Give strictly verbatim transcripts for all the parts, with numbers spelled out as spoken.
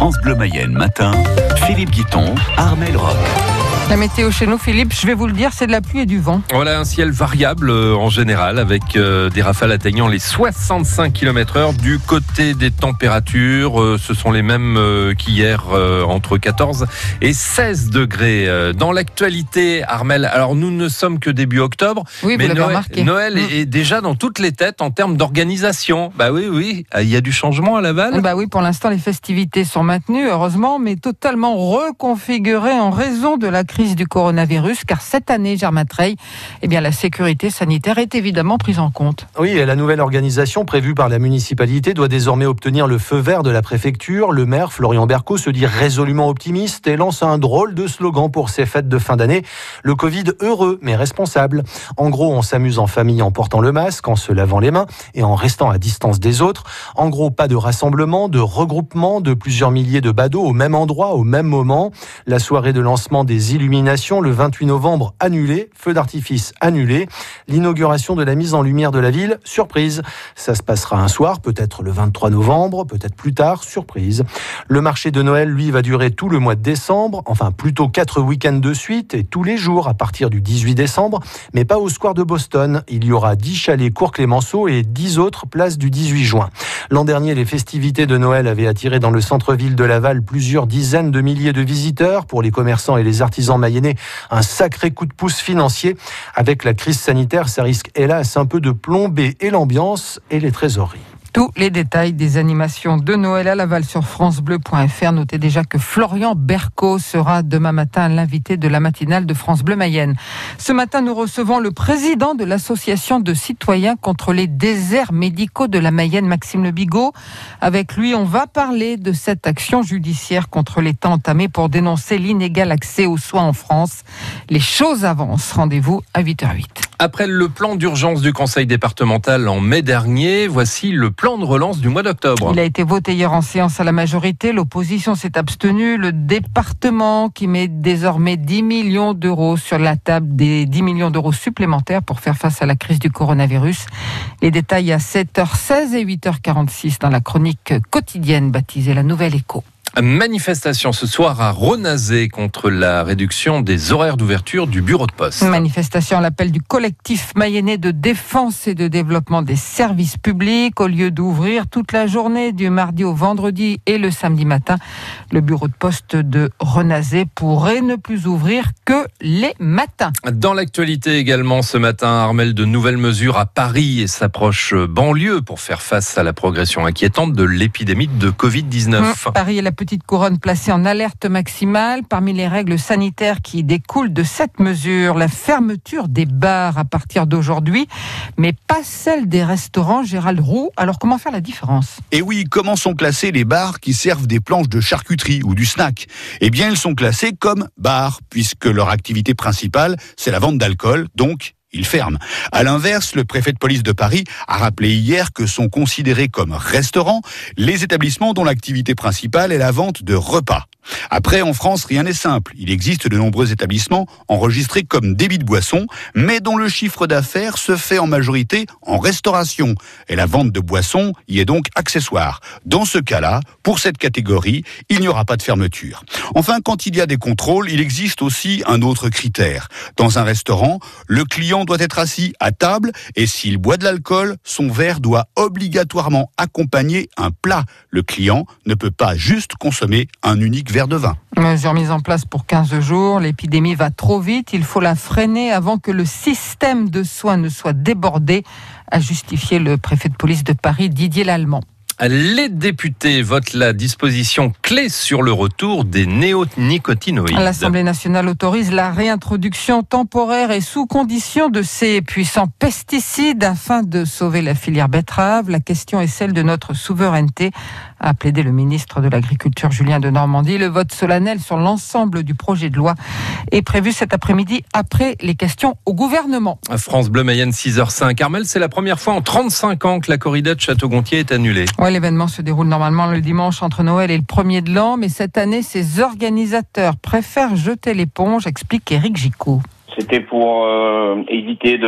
France Bleu Mayenne matin, Philippe Guiton, Armel Rock. La météo chez nous, Philippe, je vais vous le dire, c'est de la pluie et du vent. Voilà un ciel variable euh, en général, avec euh, des rafales atteignant les soixante-cinq kilomètres heure. Du côté des températures, euh, ce sont les mêmes euh, qu'hier, euh, entre quatorze et seize degrés. Euh, dans l'actualité, Armel, alors nous ne sommes que début octobre, oui, mais vous l'avez Noël, remarqué. Noël mmh. est, est déjà dans toutes les têtes en termes d'organisation. Bah oui, oui, il y a du changement à Laval. Bah oui, pour l'instant, les festivités sont maintenues, heureusement, mais totalement reconfigurées en raison de la crise du coronavirus, car cette année, Germain Treille, eh bien, la sécurité sanitaire est évidemment prise en compte. Oui, et la nouvelle organisation prévue par la municipalité doit désormais obtenir le feu vert de la préfecture. Le maire, Florian Berco, se dit résolument optimiste et lance un drôle de slogan pour ces fêtes de fin d'année. Le Covid heureux, mais responsable. En gros, on s'amuse en famille en portant le masque, en se lavant les mains et en restant à distance des autres. En gros, pas de rassemblement, de regroupement de plusieurs milliers de badauds au même endroit, au même moment. La soirée de lancement des illuminations le vingt-huit novembre annulée, feu d'artifice annulé. L'inauguration de la mise en lumière de la ville, surprise. Ça se passera un soir, peut-être le vingt-trois novembre, peut-être plus tard, surprise. Le marché de Noël, lui, va durer tout le mois de décembre, enfin plutôt quatre week-ends de suite et tous les jours à partir du dix-huit décembre, mais pas au square de Boston. Il y aura dix chalets Cours Clémenceau et dix autres places du dix-huit juin. L'an dernier, les festivités de Noël avaient attiré dans le centre-ville de Laval plusieurs dizaines de milliers de visiteurs. Pour les commerçants et les artisans mayennais, un sacré coup de pouce financier. Avec la crise sanitaire, ça risque hélas un peu de plomber et l'ambiance et les trésoreries. Tous les détails des animations de Noël à Laval sur francebleu point f r. Notez déjà que Florian Berco sera demain matin l'invité de la matinale de France Bleu Mayenne. Ce matin, nous recevons le président de l'association de citoyens contre les déserts médicaux de la Mayenne, Maxime Le Bigot. Avec lui, on va parler de cette action judiciaire contre l'État entamée pour dénoncer l'inégal accès aux soins en France. Les choses avancent. Rendez-vous à huit heures huit. Après le plan d'urgence du Conseil départemental en mai dernier, voici le plan de relance du mois d'octobre. Il a été voté hier en séance à la majorité. L'opposition s'est abstenue. Le département qui met désormais dix millions d'euros sur la table, des dix millions d'euros supplémentaires pour faire face à la crise du coronavirus. Les détails à sept heures seize et huit heures quarante-six dans la chronique quotidienne baptisée La Nouvelle Écho. Manifestation ce soir à Renazé contre la réduction des horaires d'ouverture du bureau de poste. Manifestation à l'appel du collectif mayennais de défense et de développement des services publics. Au lieu d'ouvrir toute la journée du mardi au vendredi et le samedi matin, le bureau de poste de Renazé pourrait ne plus ouvrir que les matins. Dans l'actualité également ce matin, Armel, de nouvelles mesures à Paris et s'approche banlieue pour faire face à la progression inquiétante de l'épidémie de covid dix-neuf. Mmh, Paris est la petite couronne placée en alerte maximale. Parmi les règles sanitaires qui découlent de cette mesure, la fermeture des bars à partir d'aujourd'hui, mais pas celle des restaurants. Gérald Roux, alors comment faire la différence ? Et oui, comment sont classés les bars qui servent des planches de charcuterie ou du snack ? Eh bien, ils sont classés comme bars, puisque leur activité principale, c'est la vente d'alcool, donc ils ferment. À l'inverse, le préfet de police de Paris a rappelé hier que sont considérés comme restaurants les établissements dont l'activité principale est la vente de repas. Après, en France, rien n'est simple. Il existe de nombreux établissements enregistrés comme débit de boissons, mais dont le chiffre d'affaires se fait en majorité en restauration. Et la vente de boissons y est donc accessoire. Dans ce cas-là, pour cette catégorie, il n'y aura pas de fermeture. Enfin, quand il y a des contrôles, il existe aussi un autre critère. Dans un restaurant, le client doit être assis à table et s'il boit de l'alcool, son verre doit obligatoirement accompagner un plat. Le client ne peut pas juste consommer un unique verre de vin. Mesure mise en place pour quinze jours. L'épidémie va trop vite. Il faut la freiner avant que le système de soins ne soit débordé, a justifié le préfet de police de Paris, Didier Lallemand. Les députés votent la disposition clé sur le retour des néonicotinoïdes. L'Assemblée nationale autorise la réintroduction temporaire et sous condition de ces puissants pesticides afin de sauver la filière betterave. La question est celle de notre souveraineté, a plaidé le ministre de l'Agriculture Julien Denormandie. Le vote solennel sur l'ensemble du projet de loi est prévu cet après-midi après les questions au gouvernement. France Bleu Mayenne, six heures cinq. Armel, c'est la première fois en trente-cinq ans que la corrida de Château-Gontier est annulée. Ouais, l'événement se déroule normalement le dimanche entre Noël et le premier de l'an, mais cette année, ses organisateurs préfèrent jeter l'éponge, explique Éric Gicot. C'était pour euh, éviter de faire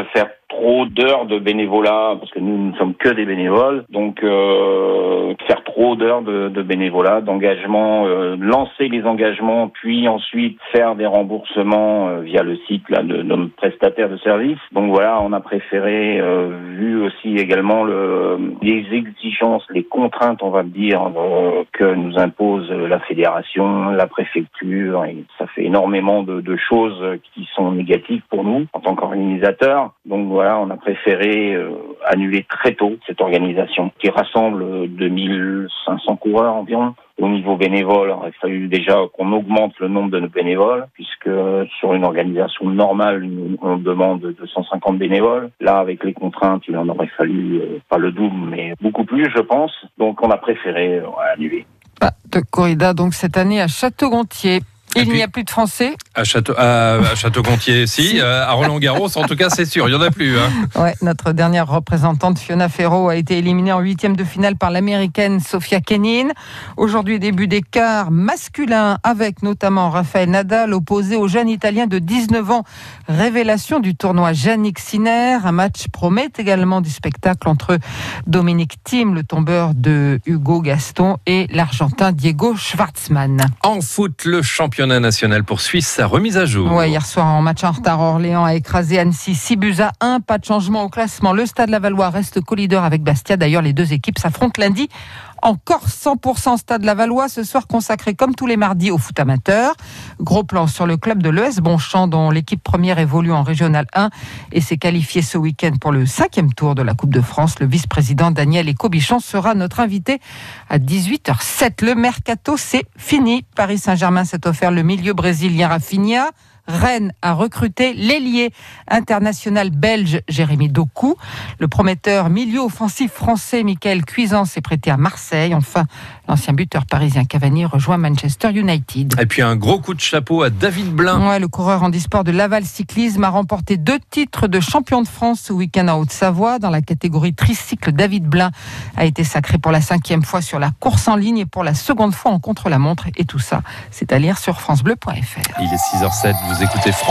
trop d'heures de bénévolat, parce que nous ne sommes que des bénévoles, donc euh, faire trop d'heures de, de bénévolat, d'engagement, euh, lancer les engagements, puis ensuite faire des remboursements euh, via le site là, de, de notre prestataire de service. Donc voilà, on a préféré, euh, vu aussi également le, les exigences, les contraintes, on va dire, euh, que nous impose la fédération, la préfecture, et ça fait énormément de, de choses qui sont négatives pour nous en tant qu'organisateurs. Donc voilà, on a préféré euh, annuler très tôt cette organisation qui rassemble deux mille cinq cents coureurs environ. Au niveau bénévole, il aurait fallu déjà qu'on augmente le nombre de nos bénévoles, puisque sur une organisation normale, on demande deux cent cinquante bénévoles. Là, avec les contraintes, il en aurait fallu, euh, pas le double, mais beaucoup plus, je pense. Donc on a préféré euh, annuler. Pas de corrida donc cette année à Château-Gontier. Il puis, n'y a plus de Français à Château, à, à Château-Gontier, si. si. À Roland-Garros, en tout cas, c'est sûr, il n'y en a plus. Hein. Ouais, notre dernière représentante, Fiona Ferro, a été éliminée en huitième de finale par l'américaine Sofia Kenin. Aujourd'hui, début des quarts masculins, avec notamment Rafael Nadal, opposé au jeune Italien de dix-neuf ans. Révélation du tournoi Jannik Sinner. Un match promet également du spectacle entre Dominic Thiem, le tombeur de Hugo Gaston, et l'Argentin Diego Schwartzmann. En foot, le championnat national poursuit sa remise à jour. Ouais, hier soir, en match en retard, Orléans a écrasé Annecy six buts à un. Pas de changement au classement. Le Stade Lavallois reste co-leader avec Bastia. D'ailleurs, les deux équipes s'affrontent lundi. Encore cent pour cent Stade Lavallois, ce soir consacré comme tous les mardis au foot amateur. Gros plan sur le club de l'E S Bonchamp, dont l'équipe première évolue en Régional un et s'est qualifiée ce week-end pour le cinquième tour de la Coupe de France. Le vice-président Daniel Ecobichon sera notre invité à dix-huit heures sept. Le mercato, c'est fini. Paris Saint-Germain s'est offert le milieu brésilien Rafinha. Rennes a recruté l'ailier international belge Jérémy Doku. Le prometteur milieu offensif français Michael Cuisance s'est prêté à Marseille. Enfin, l'ancien buteur parisien Cavani rejoint Manchester United. Et puis un gros coup de chapeau à David Blain. Ouais, le coureur handisport de Laval Cyclisme a remporté deux titres de champion de France ce week-end en Haute-Savoie. Dans la catégorie tricycle, David Blain a été sacré pour la cinquième fois sur la course en ligne et pour la seconde fois en contre-la-montre. Et tout ça, c'est à lire sur francebleu point f r. Il est six heures sept, vous écoutez France.